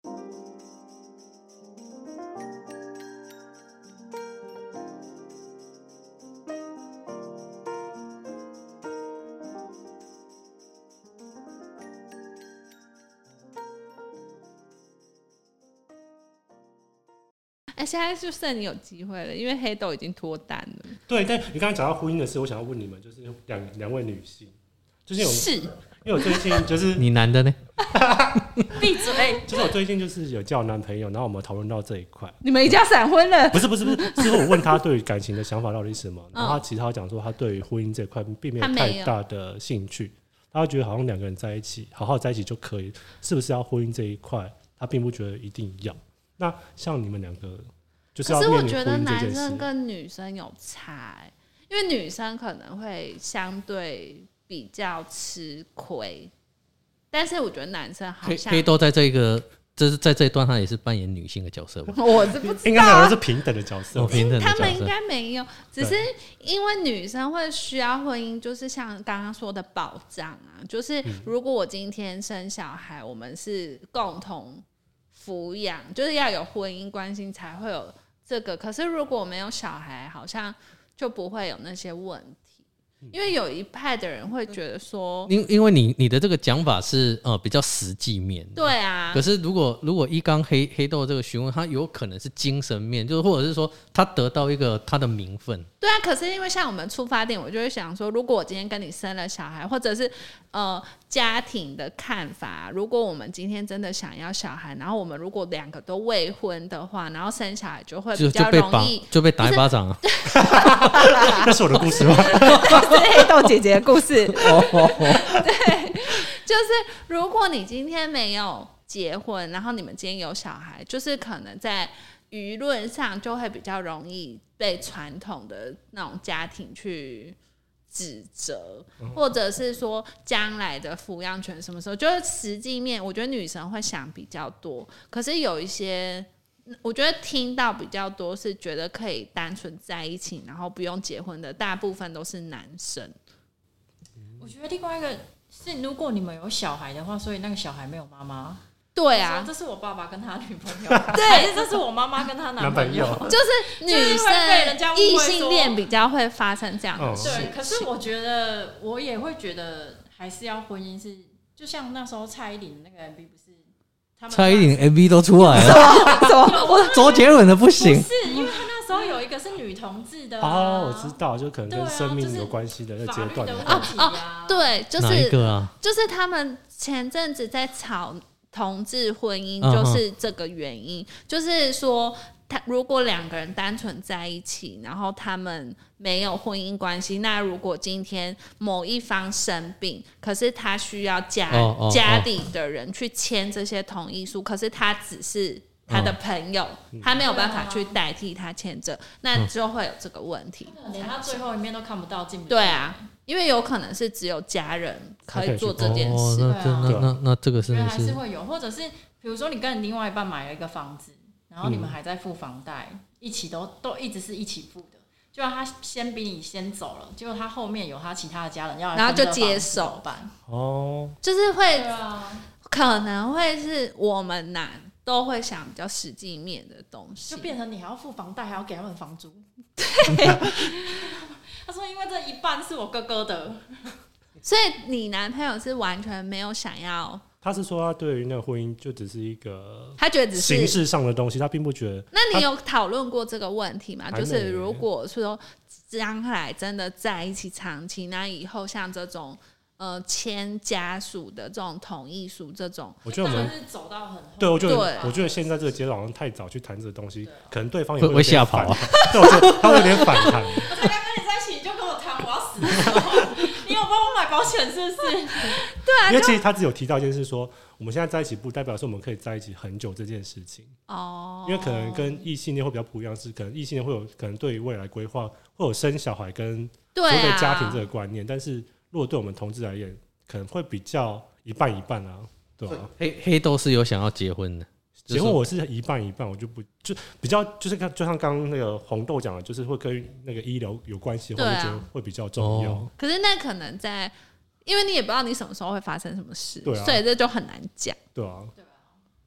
现在就剩你有机会了，因为黑豆已经脱单了。 对，但你刚刚讲到婚姻的事，我想要问你们，就是两位女性，就是因为我最近就是你男的呢？ 闭嘴！ 就是我最近就是有交男朋友，然后我们讨论到这一块。 你们已经要闪婚了？ 不是，是我问他对于感情的想法到底是什么，然后他其实他讲说他对于婚姻这一块并没有太大的兴趣，他觉得好像两个人在一起，好好在一起就可以，是不是要婚姻这一块，他并不觉得一定要。那像你们两个，就是要面临婚姻这件事。可是我觉得男生跟女生有差因为女生可能会相对比较吃亏，但是我觉得男生好像黑豆在这个，就是在这一段他也是扮演女性的角色吧？ 我是不知道， 应该两人是平等的角色， 他们应该没有，只是因为女生会需要婚姻，就是像刚刚说的保障啊，就是如果我今天生小孩，我们是共同抚养，就是要有婚姻关系才会有这个。可是如果没有小孩，好像就不会有那些问题。因为有一派的人会觉得说， 因为你的这个讲法是比较实际面的， 对啊。 可是如果依刚黑豆这个询问，他有可能是精神面，就是或者是说他得到一个他的名分。 对啊，可是因为像我们出发点，我就会想说，如果我今天跟你生了小孩，或者是家庭的看法，如果我们今天真的想要小孩，然后我们如果两个都未婚的话，然后生小孩就会比较容易就被打一巴掌啊。 那是我的故事吗？ 是黑豆姐姐的故事。对，就是如果你今天没有结婚，然后你们今天有小孩，就是可能在舆论上就会比较容易被传统的那种家庭去指责，或者是说将来的抚养权什么时候，就是实际面，我觉得女生会想比较多。可是有一些，我觉得听到比较多是觉得可以单纯在一起，然后不用结婚的，大部分都是男生。 我觉得另外一个是，如果你们有小孩的话，所以那个小孩没有妈妈。 对啊， 这是我爸爸跟他女朋友，还是这是我妈妈跟他男朋友？ 就是女生异性恋比较会发生这样的事。 对，可是我觉得我也会觉得还是要婚姻是，就像那时候蔡依林那个 MV 不是， 蔡依林 MV 都出来了， 什么？ 周杰伦的不行， 不是因为他那时候有一个是女同志的我知道，就可能跟生命有关系的那阶段对，就是哪一个啊？ 就是他们前阵子在吵同志婚姻，就是这个原因，就是说如果两个人单纯在一起，然后他们没有婚姻关系，那如果今天某一方生病，可是他需要家里的人去签这些同意书，可是他只是他的朋友，他没有办法去代替他签证，那就会有这个问题， 连他最后一面都看不到，进不对啊，因为有可能是只有家人可以做这件事。 那这个是还是会有，或者是比如说你跟另外一半买了一个房子，然后你们还在付房贷，一起都一直是一起付的，就他先比你先走了，结果他后面有他其他的家人要来， 然后就接手办就是会可能会是我们都会想比较实际面的东西， 就变成你还要付房贷，还要给他们房租。 对， 他说因为这一半是我哥哥的， 所以你男朋友是完全没有想要？ 他是说他对于那个婚姻就只是一个， 他觉得只是形式上的东西，他并不觉得。 那你有讨论过这个问题吗？就是如果说将来真的在一起长期，那以后像这种签家属的这种同意书这种， 我觉得我们是走到很后。 对，我觉得现在这个阶段好像太早去谈这个东西，可能对方也会吓跑啊。 对，我觉得他会有点反弹。 我才刚跟你在一起，你就跟我谈我要死的时候，你有帮我买保险是不是？ 对啊， 因为其实他只有提到一件事说，我们现在在一起不代表说我们可以在一起很久这件事情。因为可能跟异性恋会比较不一样，是可能异性恋会有可能对于未来规划会有生小孩跟所谓的家庭这个观念，但是如果对我们同志而言，可能会比较一半一半啊，对吧？ 黑豆是有想要结婚的， 结婚我是一半一半，我就不就比较就像刚刚那个红豆讲的，就是会跟那个医疗有关系的话，我觉得会比较重要。 可是那可能在，因为你也不知道你什么时候会发生什么事， 对啊， 所以这就很难讲。 对啊，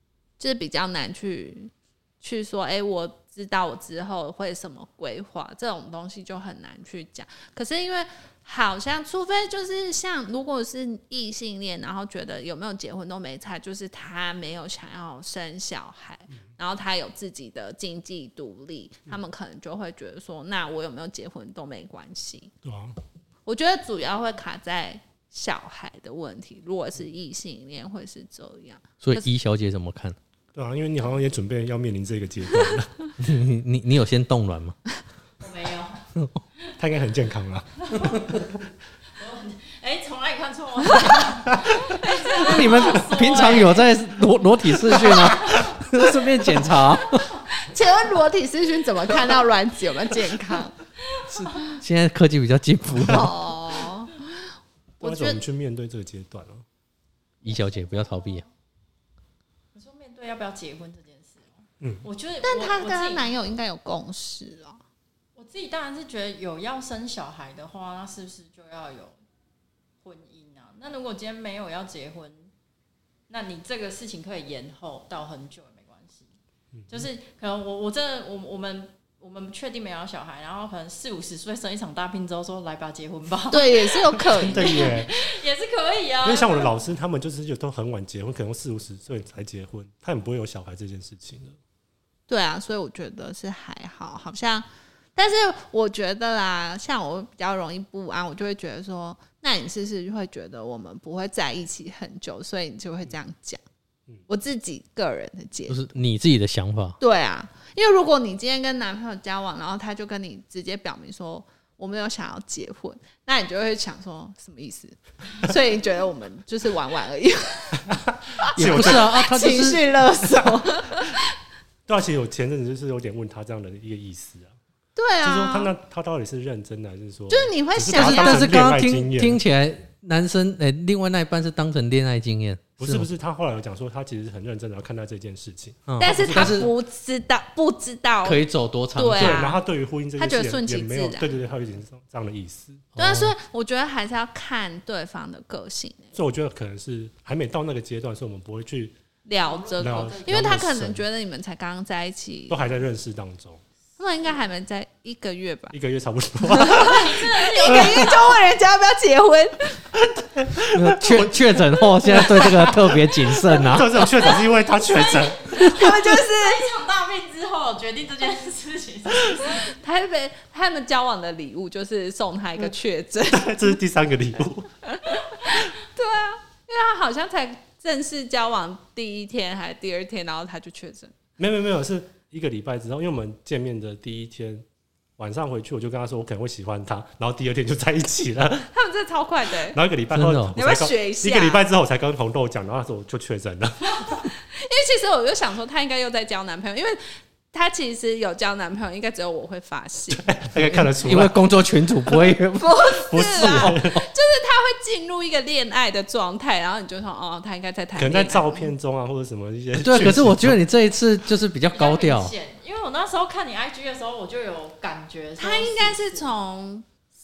就是比较难去说，我知道我之后会什么规划，这种东西就很难去讲。可是因为好像除非就是像如果是异性恋，然后觉得有没有结婚都没差，就是他没有想要生小孩，然后他有自己的经济独立，他们可能就会觉得说，那我有没有结婚都没关系。 对啊， 我觉得主要会卡在小孩的问题，如果是异性恋会是这样。 所以E小姐怎么看？ 对啊，因为你好像也准备要面临这个阶段了。 你有先冻卵吗？ 我没有。 他应该很健康啦。 从哪里看错？ 你们平常有在裸体视讯吗？顺便检查。 请问裸体视讯怎么看到卵子有没有健康？ 现在科技比较进步了。 哦， 我觉得怎么去面对这个阶段啊 E小姐不要逃避啊。 你说面对要不要结婚这件事，我觉得， 但她跟她男友应该有共识啊。 我自己当然是觉得有要生小孩的话，那是不是就要有婚姻啊？那如果今天没有要结婚，那你这个事情可以延后到很久也没关系。就是可能我们确定没有小孩，然后可能40-50岁生一场大病之后说来吧结婚吧， 对，也是有可能， 对耶， 也是可以啊。 因为像我的老师，他们就是都很晚结婚，可能40-50岁才结婚，他们不会有小孩这件事情的。 对啊，所以我觉得是还好，好像，但是我觉得啦，像我比较容易不安，我就会觉得说，那你是不是会觉得我们不会在一起很久，所以你就会这样讲？我自己个人的解读， 就是你自己的想法。 对啊，因为如果你今天跟男朋友交往，然后他就跟你直接表明说我没有想要结婚，那你就会想说什么意思？所以你觉得我们就是玩玩而已？ 也不是啊，他就是情绪勒索。 对啊，其实我前阵子就是有点问他这样的一个意思啊。 对啊， 就是说他到底是认真的还是说， 就是你会想， 但是刚刚听起来，男生另外那一半是当成恋爱经验， 不是，他后来有讲说他其实很认真的要看待这件事情， 但是他不知道可以走多长久， 对， 然后他对于婚姻这件事情也没有，对，他有点这样的意思。 对啊，所以我觉得还是要看对方的个性， 所以我觉得可能是还没到那个阶段，所以我们不会去聊这个，因为他可能觉得你们才刚刚在一起， 都还在认识当中。 他们应该还没在1个月吧？1 个月差不多。 1个月就问人家要不要结婚？ 确诊后，现在对这个特别谨慎啊。 这种确诊是因为他确诊， 他们就是一场大病之后决定这件事情。 他们交往的礼物就是送他一个确诊， 这是第3个礼物。 对啊，因为他好像才正式交往第1天还是第2天，然后他就确诊。 没有，是1个礼拜之后，因为我们见面的第1天晚上回去，我就跟他说我可能会喜欢他，然后第2天就在一起了。 他们真的超快的， 然后1个礼拜后， 你要不要学一下 ？1个礼拜之后我才跟红豆讲，然后他说我就确诊了。 因为其实我就想说，他应该又在交男朋友，因为他其实有交男朋友，应该只有我会发现， 应该看得出来， 因为工作群组不会， 不是，就是他会进入一个恋爱的状态，然后你就说哦，他应该在谈恋爱， 可能在照片中啊，或者什么一些。 对，可是我觉得你这一次就是比较高调， 因为我那时候看你 IG 的时候，我就有感觉， 他应该是从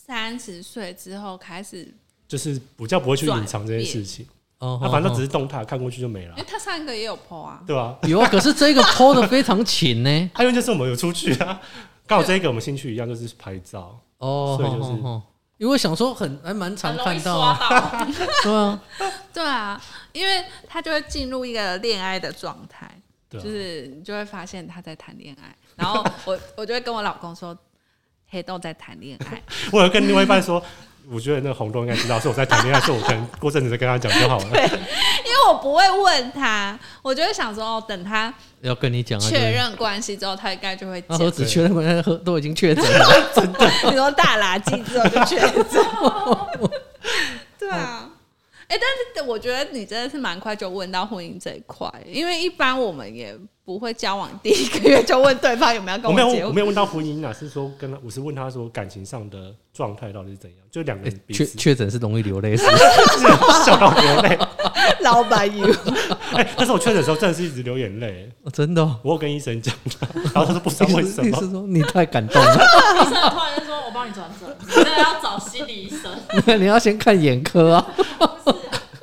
30岁之后开始， 就是比较不会去隐藏这件事情。他反正只是动态，看过去就没了。 因为他上一个也有 po 啊， 对吧？ 有，可是这个 po 的非常勤呢。 因为就是我们有出去啊，刚好这个我们兴趣一样，就是拍照哦，所以就是。 因为想说还蛮常看到啊， 对啊，因为他就会进入一个恋爱的状态，就是你就会发现他在谈恋爱，然后我就会跟我老公说，黑豆在谈恋爱。 我有跟另外一半说。我觉得那个红豆应该知道，是我在谈恋爱，所以我可能过阵子再跟他讲就好了。 对，因为我不会问他，我就会想说，哦，等他要跟你讲确认关系之后，他应该就会讲。 何止确认关系，都已经确诊了， 真的。 你说大垃圾之后就确诊，对啊。但是我觉得你真的是蛮快就问到婚姻这一块，因为一般我们也不会交往第1个月就问对方有没有跟我结婚。 我没有问到婚姻啊，是说我是问他说感情上的状态到底是怎样，就2个人彼此确诊是容易流泪，是笑到流泪。 老板 you， 但是我确诊的时候真的是一直流眼泪， 真的。 我有跟医生讲，然后他说不知道为什么。 医生说你太感动了。 医生突然就说我帮你转诊，你真的要找心理医生， 你要先看眼科啊。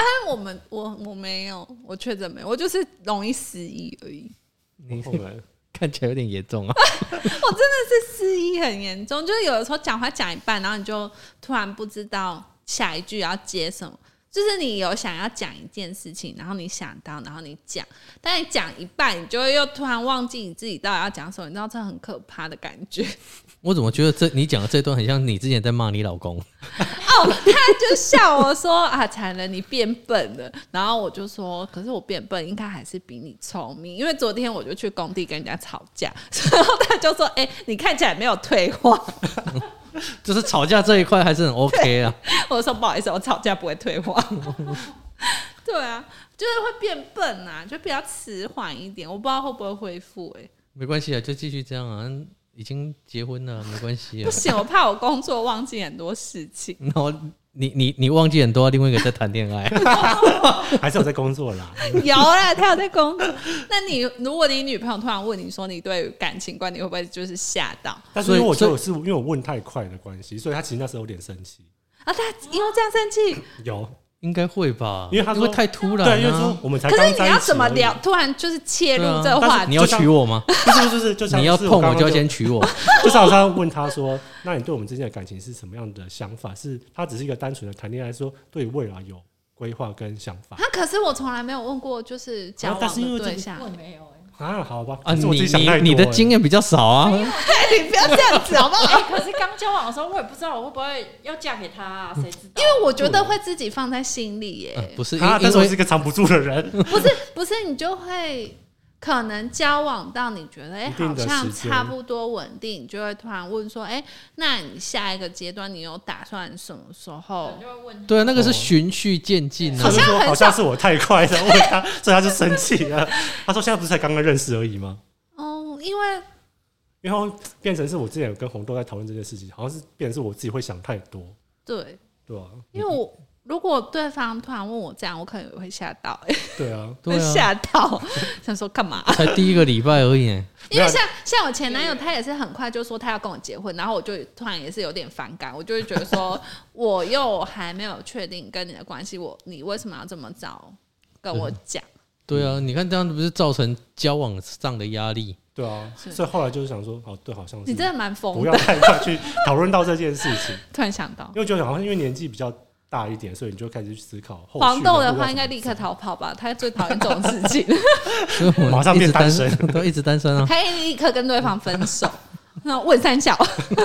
我没有，我确诊没有，我就是容易失忆而已。 你看起来有点严重啊！ 我真的是失忆很严重，就是有的时候讲话讲一半，然后你就突然不知道下一句要接什么。就是你有想要讲一件事情，然后你想到，然后你讲，但你讲一半，你就会又突然忘记你自己到底要讲什么，你知道这很可怕的感觉。 我怎么觉得你讲的这段很像你之前在骂你老公？ 哦，他就笑我说啊，惨了，你变笨了。然后我就说，可是我变笨应该还是比你聪明，因为昨天我就去工地跟人家吵架，然后他就说，你看起来没有退化。 就是吵架这一块还是很 OK 啊。 我说不好意思，我吵架不会退化。对啊，就是会变笨啊，就比较迟缓一点。我不知道会不会恢复。 没关系啊，就继续这样啊。已经结婚了，没关系啊。 不行，我怕我工作忘记很多事情。 然后你忘记很多，另外一个在谈恋爱， 还是有在工作啦。 有啦，他有在工作。那如果你女朋友突然问你说你对感情观，你会不会就是吓到？ 但是因为我问太快的关系，所以他其实那时候有点生气啊。他因为这样生气？ 有。 应该会吧， 因为他说太突然、啊， 对，因为说我们才刚在一起。 可是你要怎么聊？突然就是切入这个话题， 你要娶我吗？ 就是就像你要碰我就要先娶我。 就是好像问他说：“那你对我们之间的感情是什么样的想法？是他只是一个单纯的谈恋爱，说对未来有规划跟想法？” 可是我从来没有问过，就是交往的对象， 我没有。 好吧啊，你的经验比较少啊， 你不要这样子好不好？ 可是刚交往的时候，我也不知道我会不会要嫁给他啊，谁知道？ 因为我觉得会自己放在心里耶。 不是， 但是我是一个藏不住的人。 不是，你就会可能交往到你觉得好像差不多稳定，你就会突然问说，那你下一个阶段你有打算什么时候？ 对啊，那个是循序渐进啊。 好像是我太快了，问他，所以他就生气了。他说：“现在不是才刚刚认识而已吗？” 因为变成是我之前有跟红豆在讨论这件事情，好像是变成是我自己会想太多。 对啊， 因为如果对方突然问我这样，我可能也会吓到。 对啊， 会吓到，想说干嘛？ 才第一个礼拜而已。 因为像我前男友，他也是很快就说他要跟我结婚，然后我就突然也是有点反感，我就会觉得说，我又还没有确定跟你的关系，你为什么要这么早跟我讲？ 对啊，你看这样不是造成交往上的压力？ 对啊，所以后来就是想说，对，好像是你真的蛮疯的， 不要太快去讨论到这件事情。 突然想到， 因为我觉得好像因为年纪比较大一点，所以你就开始去思考。 黄豆的话应该立刻逃跑吧，他最讨厌这种事情， 马上变单身， 都一直单身啊！ 他立刻跟对方分手，那问三小。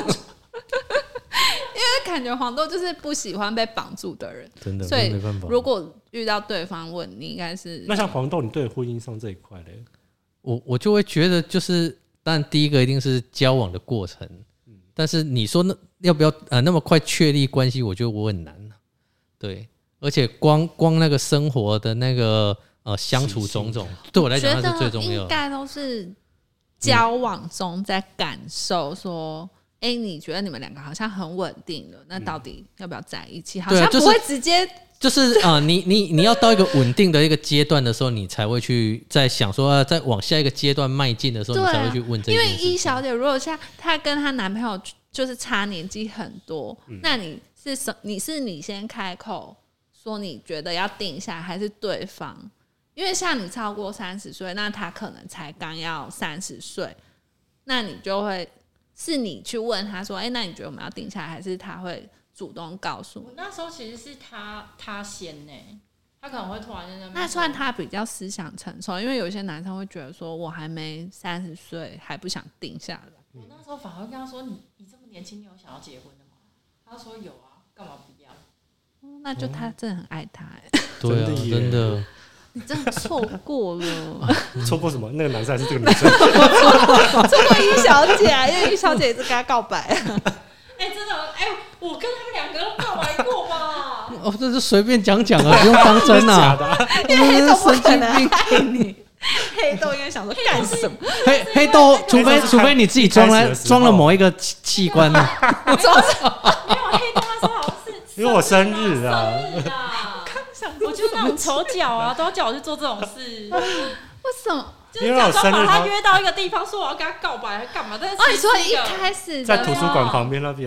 因为感觉黄豆就是不喜欢被绑住的人， 真的， 所以没办法。 如果遇到对方问你，应该是那像黄豆，你对婚姻上这一块嘞， 我就会觉得就是，当然第一个一定是交往的过程，但是你说要不要那么快确立关系，我觉得我很难。对，而且光那个生活的那个相处种种，对我来讲那是最重要的。 应该都是交往中在感受说。你觉得你们两个好像很稳定了，那到底要不要在一起？好像不会直接就是你要到一个稳定的一个阶段的时候，你才会去在想说再往下一个阶段迈进的时候，你才会去问这件事情。 因为小姐如果像她跟她男朋友就是差年纪很多，那你先开口说你觉得要定下来，还是对方？因为像你超过30岁，那他可能才刚要30岁，那你就会。是你去问他说：“那你觉得我们要定下来，还是他会主动告诉你？” 我那时候其实是他先呢，他可能会突然间那算他比较思想成熟，因为有些男生会觉得说：“我还没30岁，还不想定下来。” 我那时候反而跟他说：“你这么年轻，你有想要结婚的吗？”他说：“有啊，干嘛不要？” 那就他真的很爱他。 对啊，真的。 你真的错过了， 错过什么？那个男生还是这个女生？ 错过于小姐，因为于小姐也是跟他告白。 真的，我跟他们两个都告白过吧？ 这是随便讲讲啊，不用当真啊。 因为黑豆不可能爱你，黑豆应该想说干什么？ 黑豆，除非你自己装了某一个器官呢？ 装什么？没有，黑豆他说好像是因为我生日啊。 我就那种丑角啊，都要叫我去做这种事。 为什么？ 就是假装把他约到一个地方，说我要跟他告白，还干嘛？但是你说一开始在图书馆旁边那边啊，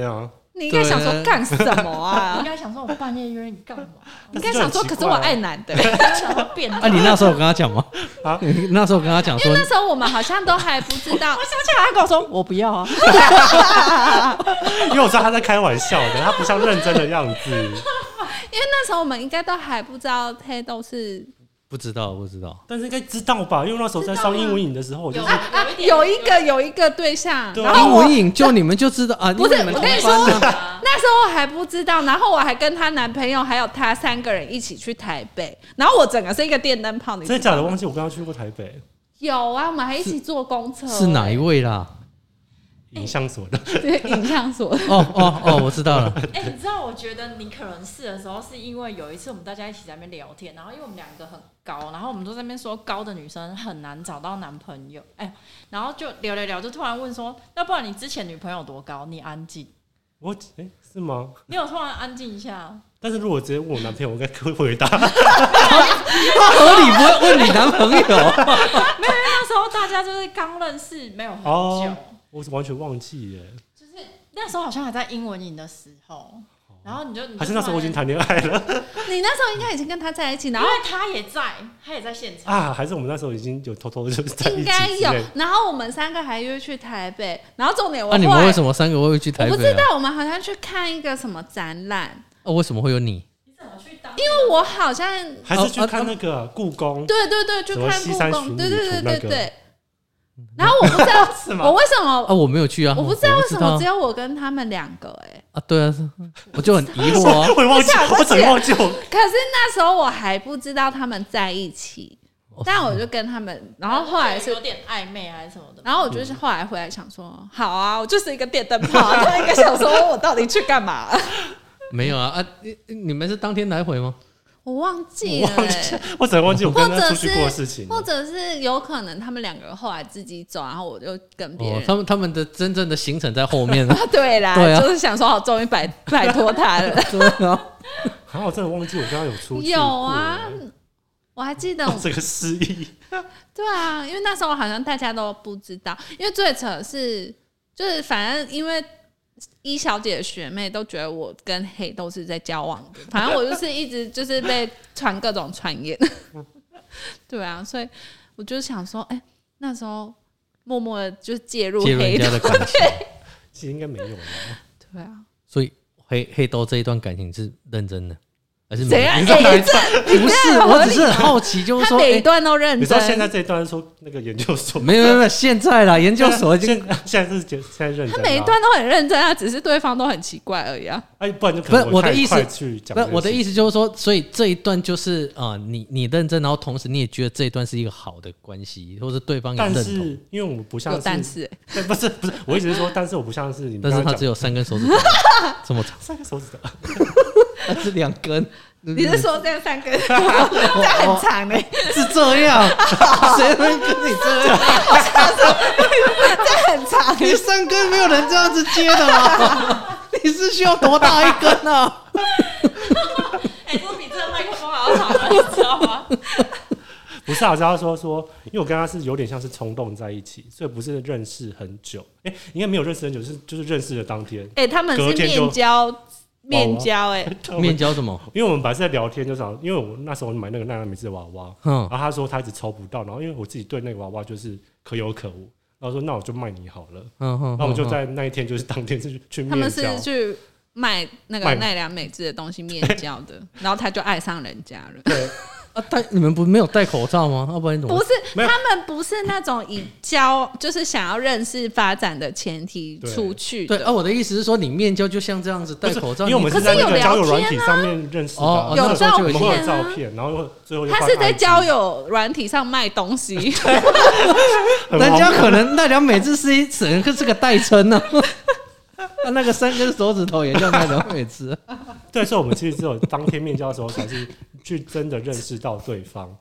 你应该想说干什么啊？ 应该想说我半夜约你干嘛？ 你应该想说，可是我爱男的。 想说变态。 你那时候有跟他讲吗？你那时候跟他讲说， 因为那时候我们好像都还不知道。 我想起来，他跟我说我不要啊， 因为我知道他在开玩笑的，他不像认真的样子。因为那时候我们应该都还不知道黑豆是。 不知道， 但是应该知道吧？因为那时候在上英文影的时候，我就是有一个对象， 对然后英文影就你们就知道啊。 不是，我跟你说，那时候我还不知道，然后我还跟她男朋友还有她3个人一起去台北，然后我整个是一个电灯泡。 真的假的？忘记我刚刚去过台北。 有啊，我们还一起坐公车。 是哪一位啦？ 影像所的， 对，影像所。 我知道了。 你知道，我觉得你可能是的时候，是因为有一次我们大家一起在那边聊天，然后因为我们2个很高，然后我们都在那边说高的女生很难找到男朋友，然后就聊，就突然问说，要不然你之前女朋友多高？你安静。 是吗？ 你有突然安静一下？ 但是如果直接问我男朋友，我应该会回答。 他合理不会问你男朋友。 没有，因为那时候大家就是刚认识，没有很久。 我完全忘记耶。 就是那时候好像还在英文营的时候，然后你就还是那时候我已经谈恋爱了。 你那时候应该已经跟他在一起，然后因为他也在现场啊，还是我们那时候已经有偷偷的就是在一起， 应该有。然后我们3个还约去台北，然后重点你们为什么3个会去台北？ 我不知道，我们好像去看一个什么展览。 为什么会有你？ 你怎么去当？ 因为我好像还是去看那个故宫。 对，去看西山故宫。对。然后我不知道我为什么我没有去啊， 我不知道为什么只有我跟他们2个对啊，我就很疑惑啊。 我整个忘记我。 可是那时候我还不知道他们在一起，但我就跟他们，然后后来是有点暧昧还是什么的。 然后我就是后来回来想说，好啊，我就是一个电灯泡，就应该想说我到底去干嘛？ 没有啊，你们是当天来回吗？ 我忘记了， 我整个忘记我跟他出去过的事情， 或者是有可能他们2个后来自己走，然后我就跟别人。 他们的真正的行程在后面对啦，就是想说，终于摆脱他了。 对啊， 好像我真的忘记我跟他有出去。 有啊，我还记得这个失忆。 对啊，因为那时候好像大家都不知道，因为最扯的是，就是反正因为。一小姐的学妹都觉得我跟黑都是在交往的，反正我就是一直就是被传各种传言，对啊，所以我就想说，那时候默默的就介入黑豆的感情， 其实应该没有啦。 对啊， 所以黑豆这一段感情是认真的。还是怎样？ 不是，我只是很好奇，就是说他每一段都认真。 你知道现在这一段说那个研究所， 没有，现在啦，研究所现在认真。 他每一段都很认真啊，只是对方都很奇怪而已啊。 不然就可能我的意思去讲。 我的意思就是说，所以这一段就是你认真，然后同时你也觉得这一段是一个好的关系，或者对方也认同。但是因为我们不像是， 但是不是，我一直是说，但是我不像是你们。 但是他只有3根手指头，这么长 ，3根手指头， 他是2根。 你是说这样3根，这样很长嘞？ 是这样，谁会跟你这样？ 我想说，这样很长， 你3根没有人这样子接的吗？你是需要多大一根啊？ 这比这个麦克风还要长了，你知道吗？ 不是啊，我知道说，因为我跟他是有点像是冲动在一起，所以不是认识很久。应该没有认识很久，就是认识的当天。 他们是面交。面交面交什么？ 因为我们本来是在聊天，就想，因为我那时候买那个奈良美智的娃娃，然后他说他一直抽不到，然后因为我自己对那个娃娃就是可有可无，然后说那我就卖你好了，然后我们就在那一天就是当天是去面交， 他们是去卖那个奈良美智的东西面交的，然后他就爱上人家了。 对。 你们没有戴口罩吗？要不然怎么？ 不是，他们不是那种以就是想要认识发展的前提出去的。 对，我的意思是说，你面交就像这样子戴口罩， 因为我们是在那个交友软体上面认识的， 有照片， 照片，然后最后他是在交友软体上卖东西， 人家可能奈良美智是个代称呢。那个3根手指头也叫奈良美智。 对，所以我们其实只有当天面交的时候才是去真的认识到对方。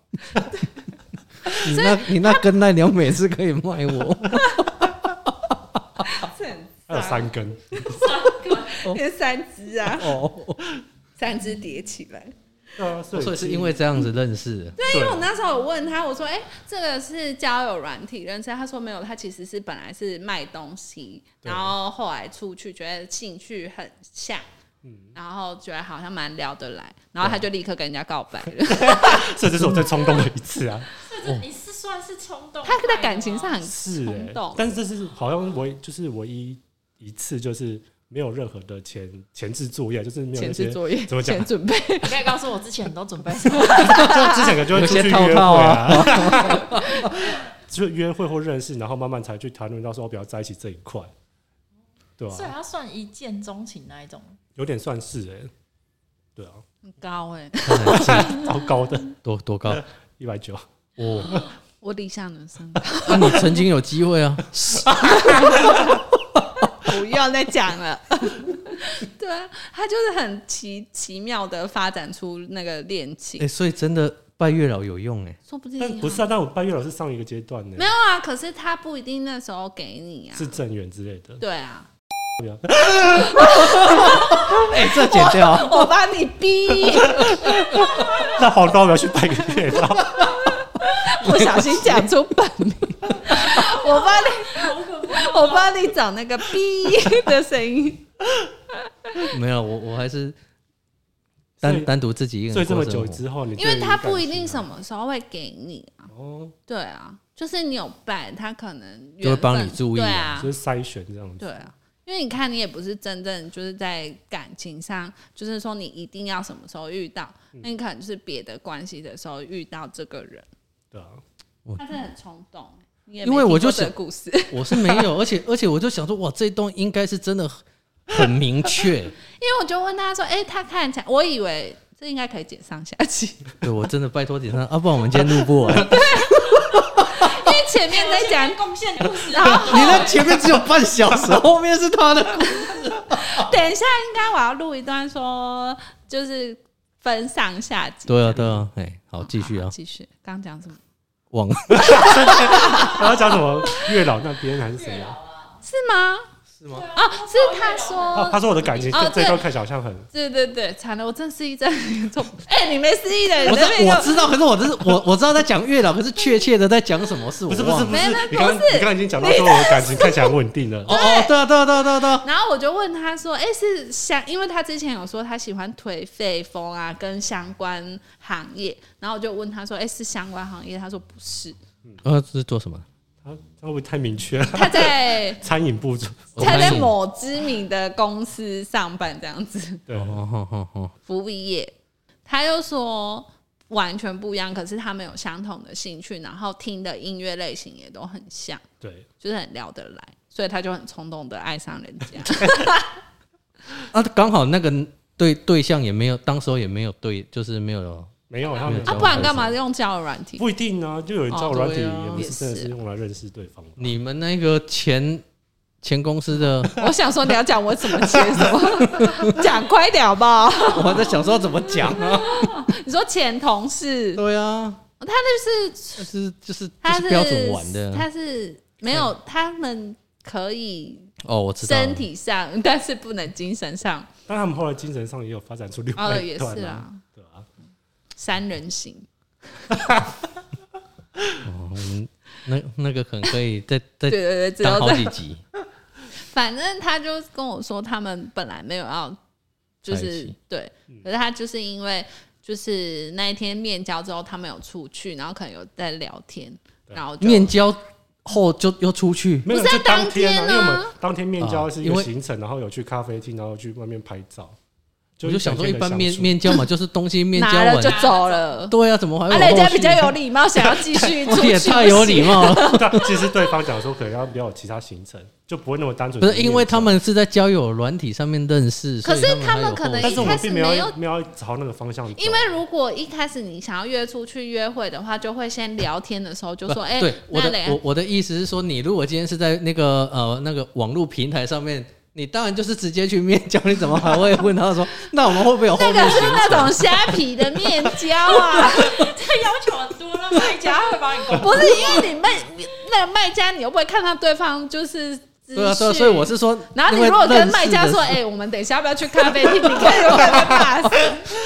你那根奈良美智可以卖我。 还有3根， 因为3只啊，3只叠起来。 所以是因为这样子认识的。 对，因为我那时候有问他，我说：“这个是交友软体认识？”他说没有，他其实是本来是卖东西，然后后来出去觉得兴趣很像。然后觉得好像蛮聊得来，然后他就立刻跟人家告白了。 这就是我最冲动的一次啊！ 你是算是冲动？ 他在感情上很冲动， 但是这是好像就是唯一一次，就是没有任何的前置作业，就是没有那些前置作业，怎么讲？ 前准备。 你可以告诉我之前都准备什么？ 就之前可能就会出去约会啊，就约会或认识，然后慢慢才去谈论到说要不要在一起这一块，对吧？ 所以他算一见钟情那一种。 有点算是对啊， 很高超高的， 多高 ？190。 我理想的身高。 那你曾经有机会啊？ 不要再讲了。对啊，他就是很奇妙的发展出那个恋情。 所以真的拜月老有用说不定。 但不是啊，但我拜月老是上一个阶段呢。 没有啊，可是他不一定那时候给你啊， 是正缘之类的。 对啊。 这剪掉， 我把你逼。 那黄刀我要去拜个月老， 不小心讲出本名，我帮你找那个逼的声音。 没有，我还是单独自己一个人。 所以这么久之后， 因为他不一定什么时候会给你啊。对啊，就是你有拜，他可能就会帮你注意， 对啊， 就是筛选这样子。 对啊。因为你看，你也不是真正就是在感情上，就是说你一定要什么时候遇到，那你可能就是别的关系的时候遇到这个人。 对啊， 他真的很冲动， 因为我就想故事， 我是没有，而且我就想说，哇，这一段应该是真的很明确。因为我就问他说，他看起来，我以为这应该可以剪上下集。 对，我真的拜托剪上，不然我们今天录不完。 因为前面在讲贡献故事， 然后你那前面只有半小时，后面是他的故事。 等一下，应该我要录一段说，就是分上下集。 对啊，好，继续啊， 继续。刚刚讲什么？ 忘了。 刚刚讲什么？月老那边还是谁啊？ 是吗？ 是吗？ 是他说， 他说我的感情这段看起来好像很…… 对，惨了，我真失忆症严重。你没失忆的， 我知道，可是我知道在讲月老，可是确切的在讲什么事， 不是， 你刚刚已经讲到说我的感情看起来很稳定了。 对啊。 然后我就问他说，是因为他之前有说他喜欢颓废风啊，跟相关行业，然后我就问他说，是相关行业？他说不是。 这是做什么？ 他会不会太明确了？ 他在餐饮部， 他在某知名的公司上班这样子。 对， 服务业。他又说完全不一样，可是他们有相同的兴趣，然后听的音乐类型也都很像， 对， 就是很聊得来，所以他就很冲动的爱上人家。 刚好那个对象也没有，当时候也没有对，就是没有。 不然干嘛用交友软体？ 不一定啊，就有人交友软体也不是真的是用来认识对方。 你们那个前公司的， 我想说你要讲我怎么接什么，讲快点好不好？ 我还在想说怎么讲啊。 你说前同事？ 对啊， 他就是标准玩的， 他是没有，他们可以我知道身体上，但是不能精神上。 但他们后来精神上也有发展出另外一段也是啊， 对啊。 三人行。 那个可能可以再对当好几集。 反正他就跟我说，他们本来没有要，就是对，可是他就是因为就是那一天面交之后，他们有出去，然后可能有在聊天，然后就面交后就又出去， 没有，是当天啊，因为我们当天面交是一个行程，然后有去咖啡厅，然后去外面拍照。 我就想说，一般面交嘛，就是东西面交完就走了。 对啊，怎么还有？ 人家比较有礼貌，想要继续出去， 也太有礼貌了。 其实对方讲说，可能要比较有其他行程，就不会那么单纯。 不是因为他们是在交友软体上面认识， 可是他们可能一开始没有朝那个方向走。 因为如果一开始你想要约出去约会的话，就会先聊天的时候就说， 对，我的意思是说，你如果今天是在那个网络平台上面。你当然就是直接去面交，你怎么还会问他说，那我们会不会有后面？ 那个是那种虾皮的面交啊， 这要求很多了，卖家会帮你公布。 不是因为你那个卖家，你又不会看到对方就是对啊，所以我是说， 然后你如果跟卖家说，我们等一下要不要去咖啡厅？你看有可能打死。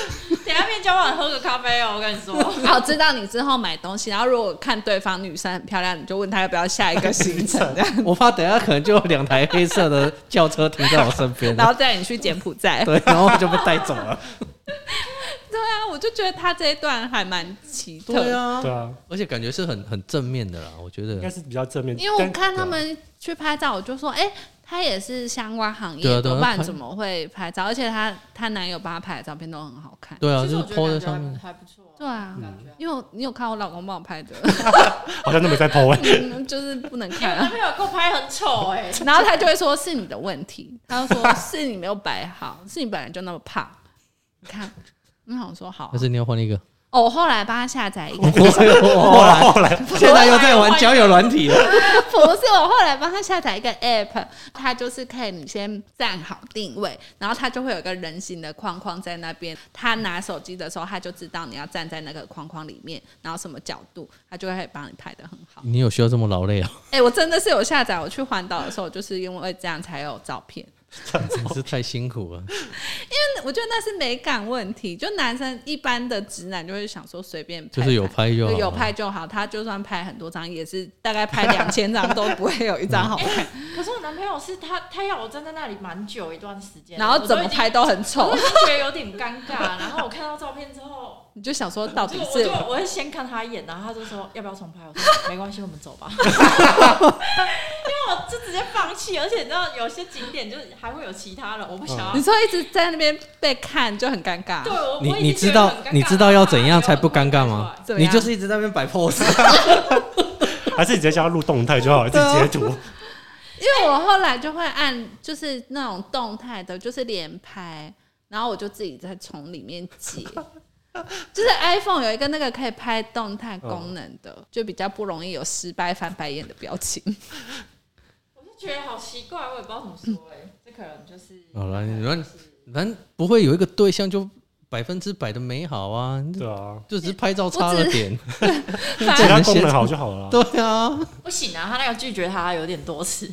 等一下面交往喝个咖啡哦，我跟你说。 好，知道你之后买东西，然后如果看对方女生很漂亮，你就问她要不要下一个行程，这样。 我怕等一下可能就有2台黑色的轿车停在我身边， 然后带你去柬埔寨。 对，然后我就被带走了。 对啊，我就觉得他这一段还蛮奇特的。 对啊， 而且感觉是很正面的啦，我觉得应该是比较正面。 因为我看他们去拍照，我就说，他也是相关行业的，不然怎么会拍照？而且她男友帮她拍的照片都很好看。 对啊，就是 po 在上面， 还不错。 对啊，因为你有看我老公帮我拍的， 好像都没在 po 就是不能看。 男朋友给我拍很丑然后他就会说是你的问题，他就说是你没有摆好，是你本来就那么胖。你看，我想说好， 但是你要换一个。 我后来帮他下载一个， 后来现在又在玩交友软体了。 不是，我后来帮他下载一个 app， 它就是可以你先站好定位，然后它就会有一个人形的框框在那边。他拿手机的时候，他就知道你要站在那个框框里面，然后什么角度，他就会帮你拍得很好。 你有需要这么劳累啊？ 我真的是有下载，我去环岛的时候，就是因为这样才有照片。 真是太辛苦了，因为我觉得那是美感问题。就男生一般的直男就会想说随便拍， 就是有拍就好， 有拍就好。他就算拍很多张，也是大概拍2000张都不会有一张好看。 可是我男朋友是他要我站在那里蛮久一段时间， 然后怎么拍都很丑， 我已经觉得有点尴尬。然后我看到照片之后， 你就想说到底是我会先看他一眼，然后他就说要不要重拍？我说没关系，我们走吧。因为我就直接放弃，而且你知道有些景点就是还会有其他人，我不想要。 你说一直在那边被看就很尴尬。 对， 你知道要怎样才不尴尬吗？你就是一直在那边摆 pose， 还是你直接叫他录动态就好了，自己截图。 因为我后来就会按就是那种动态的，就是连拍，然后我就自己再从里面截。就是 iPhone 有一个那个可以拍动态功能的，就比较不容易有失败翻白眼的表情。 我就觉得好奇怪，我也不知道怎么说这可能就是好了，咱不会有一个对象就100%的美好啊， 对啊， 就只是拍照差了点， 其他功能好就好了。 对啊， 不行啊，他那个拒绝他有点多次。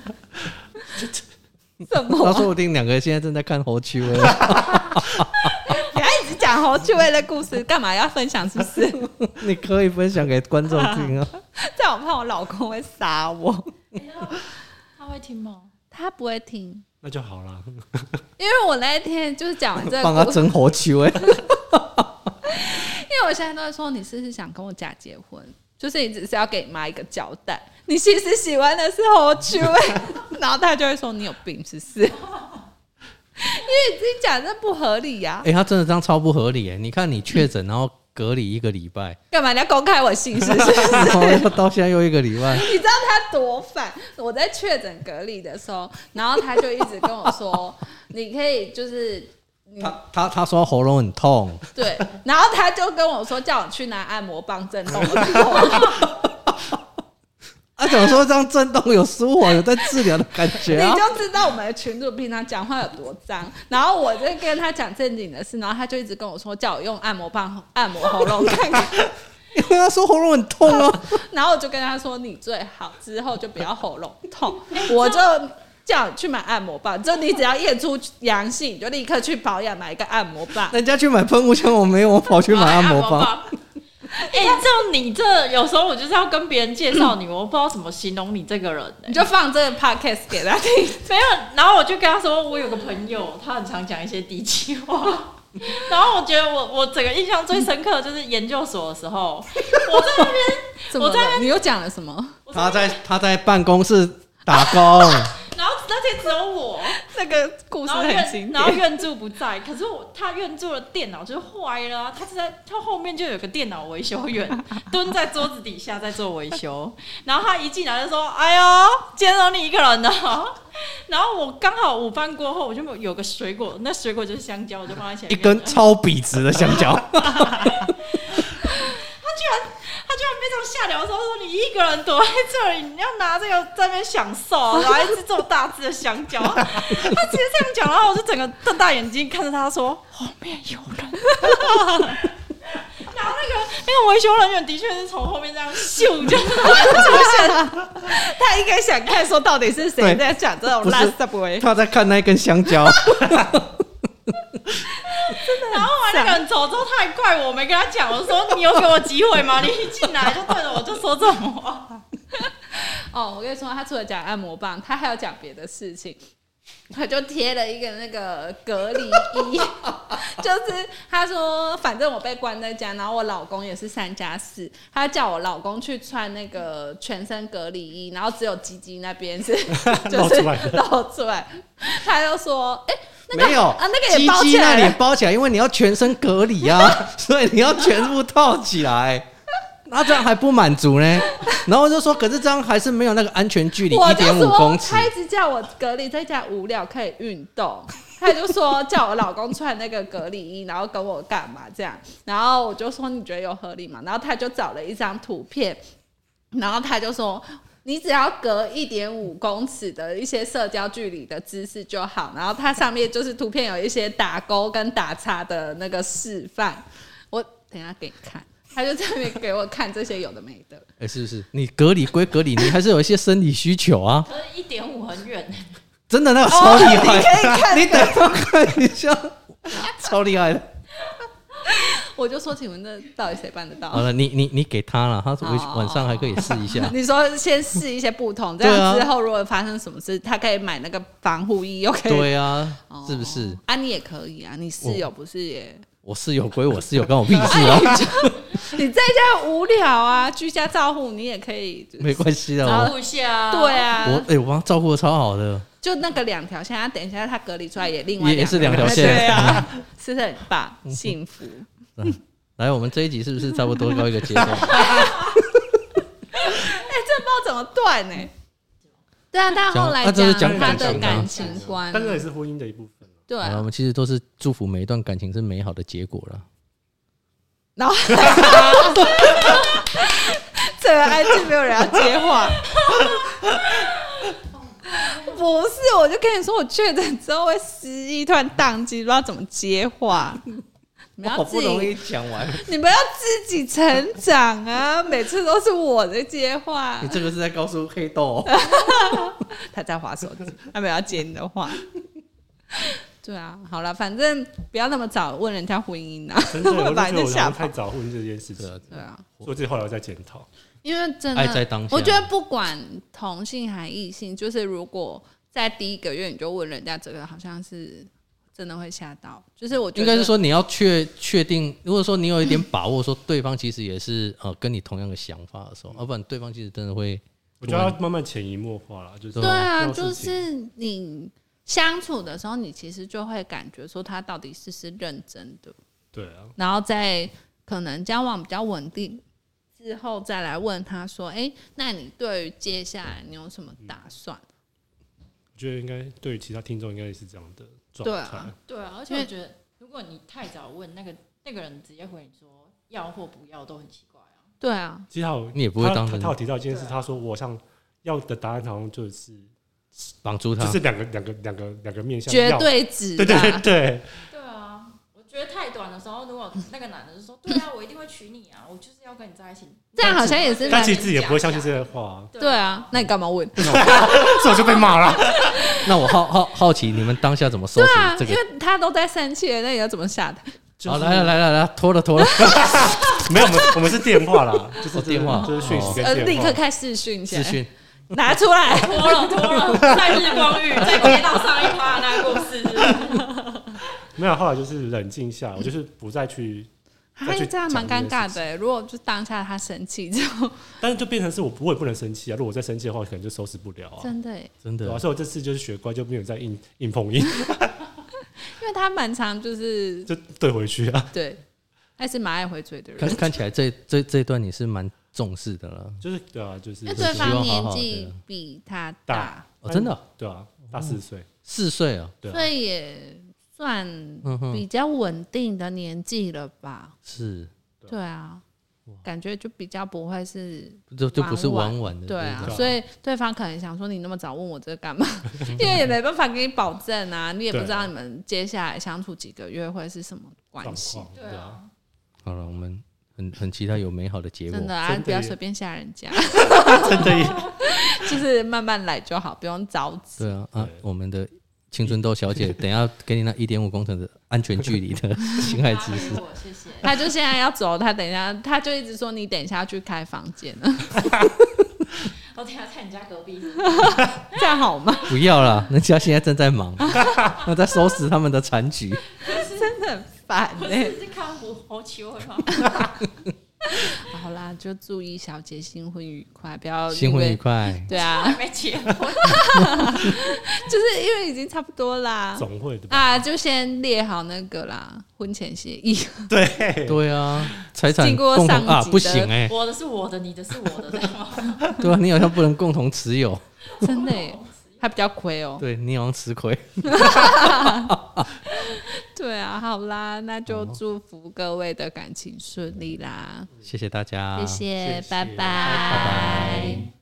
什么？ 他说不定2个现在正在看侯秋薇。 不要一直讲侯秋薇的故事，干嘛要分享？是不是？ 你可以分享给观众听啊。 这样我怕我老公会杀我。 他会听吗？ 他不会听， 那就好了。 因为我那一天就是讲完这个， 帮他争侯秋薇。 因为我现在都会说，你是不是想跟我假结婚？就是你只是要给你妈一个交代，你其实喜欢的是侯秋薇，然后他就会说你有病是不是？因为你自己讲这不合理呀、 他真的这样超不合理耶！你看你确诊，然后隔离1个礼拜， 干嘛你要公开我姓氏？ 然后又到现在又1个礼拜。 你知道他多烦？我在确诊隔离的时候，然后他就一直跟我说，你可以就是他说喉咙很痛， 对，然后他就跟我说叫我去拿按摩棒震动的痛。 怎么说这样震动有舒缓，有在治疗的感觉啊？ 你就知道我们的群主平常讲话有多脏。然后我就跟他讲正经的事，然后他就一直跟我说叫我用按摩棒按摩喉咙看看。 因为他说喉咙很痛啊。 然后我就跟他说你最好之后就不要喉咙痛，我就叫你去买按摩棒，就你只要验出阳性，你就立刻去保养买一个按摩棒。 人家去买喷雾枪，我没有，我跑去买按摩棒。 就你这有时候我就是要跟别人介绍你，我不知道怎么形容你这个人、 你就放这个 podcast 给他听。 没有，然后我就跟他说，我有个朋友，他很常讲一些低级话。然后我觉得我整个印象最深刻的就是研究所的时候，我在那边，我在那边， 你又讲了什么？ 他在办公室打工。 然后那天只有我， 那个故事很经典。 然后院助不在，可是他院助的电脑就是坏了、啊，他后面就有个电脑维修员蹲在桌子底下在做维修，然后他一进来就说：“哎呦，今天有你一个人的。”然后我刚好午饭过后，我就有个水果，那水果就是香蕉，我就放在前面， 一根超笔直的香蕉。 他居然非常下流的时候说：“你一个人躲在这里，你要拿这个在那边享受，拿一只这么大只的香蕉。”他直接这样讲，然后我就整个瞪大眼睛看着他说：“后面有人。”然后那个维修人员的确是从后面这样咻就出现， 他应该想看说到底是谁在讲这种垃圾不会。 他在看那根香蕉。 然后后来那个人走之后，他还怪我没跟他讲，我说你有给我机会吗？你一进来就对着我就说这种话。 哦，我跟你说，他除了讲按摩棒，他还有讲别的事情。他就贴了一个那个隔离衣，就是他说，反正我被关在家，然后我老公也是3+4，他叫我老公去穿那个全身隔离衣，然后只有鸡鸡那边是就是露出来，他就说，那个、 没有啊，那个也包起来了， 鸡鸡那里也包起来，因为你要全身隔离啊，所以你要全部套起来。那这样还不满足呢？然后我就说，可是这样还是没有那个安全距离1.5公尺。 他一直叫我隔离在家无聊可以运动，他就说叫我老公穿那个隔离衣，然后跟我干嘛这样？然后我就说你觉得有合理吗？然后他就找了一张图片，然后他就说你只要隔1.5公尺的一些社交距离的姿势就好。然后它上面就是图片有一些打勾跟打叉的那个示范，我等一下给你看。他就在那边给我看这些有的没的， 是不是？你隔离归隔离，你还是有一些生理需求啊。 可是1.5很远， 真的那个超厉害， 你可以看， 你等我看一下，超厉害的。 我就说，请问这到底谁办得到？ 好了，你给他了，他晚上还可以试一下。 你说先试一些不同，这样之后如果发生什么事，他可以买那个防护衣，又可以。 对啊，是不是？ 啊，你也可以啊，你室友不是也？ 我室友归我室友，关我屁事啊！ 你在家无聊啊，居家照护你也可以， 没关系啊， 照顾一下。 对啊， 我帮他照顾的超好的。 就那个2条线，他等一下他隔离出来也另外也是2条线， 对啊，是不是很棒？幸福。 来，我们这一集是不是差不多到一个阶段？ 这不知道怎么断呢？对啊，但后来讲他的感情观， 但这也是婚姻的一部分。 对啊， 我们其实都是祝福每一段感情是美好的结果了。 然后这个安静，没有人要接话。不是，我就跟你说，我确诊之后会失忆，突然宕机，不知道怎么接话。你们要好不容易讲完， 你们要自己成长啊！每次都是我在接话。 你这个是在告诉黑豆、哦， 他在滑手机，他没有要接你的话。对啊，好了，反正不要那么早问人家婚姻啊， 真的，我反正就吓太早婚这件事情。 对啊， 所以自己后来再检讨。 因为真的， 爱在当下。 我觉得不管同性还异性，就是如果在第1个月你就问人家这个，好像是真的会吓到。就是我觉得应该是说你要确定，如果说你有一点把握，说对方其实也是跟你同样的想法的时候，要不然对方其实真的会， 我觉得要慢慢潜移默化了，就是对啊，就是你相处的时候，你其实就会感觉说他到底是认真的， 对啊， 然后在可能交往比较稳定之后，再来问他说：“那你对于接下来你有什么打算？” 我觉得应该对于其他听众应该也是这样的状态。 对啊，而且我觉得如果你太早问那个人直接回你说要或不要，都很奇怪啊。 对啊， 其实你也不会当他有提到一件事，他说我想要的答案好像就是绑住他， 就是两个面向， 绝对值。 对。 对啊，我觉得太短的时候，如果那个男的就说：“对啊，我一定会娶你啊，我就是要跟你在一起。” 这样好像也是， 但其实自己也不会相信这些话。 对啊，那你干嘛问？ 这我就被骂了。 那我好奇你们当下怎么收拾这个？ 因为他都在生气了，那你要怎么下台？ 好，来，拖了。 没有，我们是电话啦，就是电话， 就是讯息跟电话， 立刻开视讯， 视讯拿出来， 拖了，在日光浴，再接到上一趴那个故事。 没有，后来就是冷静下，我就是不再去。 还是这样蛮尴尬的。如果就当下他生气之后， 但是就变成是我也不能生气啊。如果我再生气的话，可能就收拾不了啊。 真的， 对啊，所以我这次就是学乖，就没有再硬碰硬。 因为他蛮常就对回去啊。 对，还是蛮爱回嘴的人。 看起来这一段你是蛮重视的了。 就是对啊，就是因为对方年纪比他大哦，真的对啊，大4岁 ，4岁啊， 所以也算比较稳定的年纪了吧？ 是， 对啊，感觉就比较不会是就不是玩玩的， 对啊，所以对方可能想说你那么早问我这干嘛？因为也没办法给你保证啊，你也不知道你们接下来相处几个月会是什么关系。 对啊， 好了，我们很期待有美好的结果。 真的啊，不要随便吓人家， 真的耶， 就是慢慢来就好，不用着急。 对啊，我们的青春痘小姐，等一下给你那1.5公尺的安全距离的性爱知识。 谢谢。 他就现在要走，他等一下，他就一直说你等一下去开房间了。 我等一下在你家隔壁， 这样好吗？ 不要啦，人家现在正在忙，那在收拾他们的残局。 真的很烦欸是看好球吗？ 好啦，就祝意小姐新婚愉快，不要新婚愉快。 对啊， 还没结婚， 就是因为已经差不多啦， 总会的吧？ 啊，就先列好那个啦，婚前协议。 对啊，财产经过共上级的同不行哎、 我的是我的，你的是我的，这样吗？ 对啊，你好像不能共同持有， 真的耶，还比较亏哦。 对你好像吃亏。 对啊，好啦，那就祝福各位的感情顺利啦， 谢谢大家， 谢谢，拜谢谢拜拜拜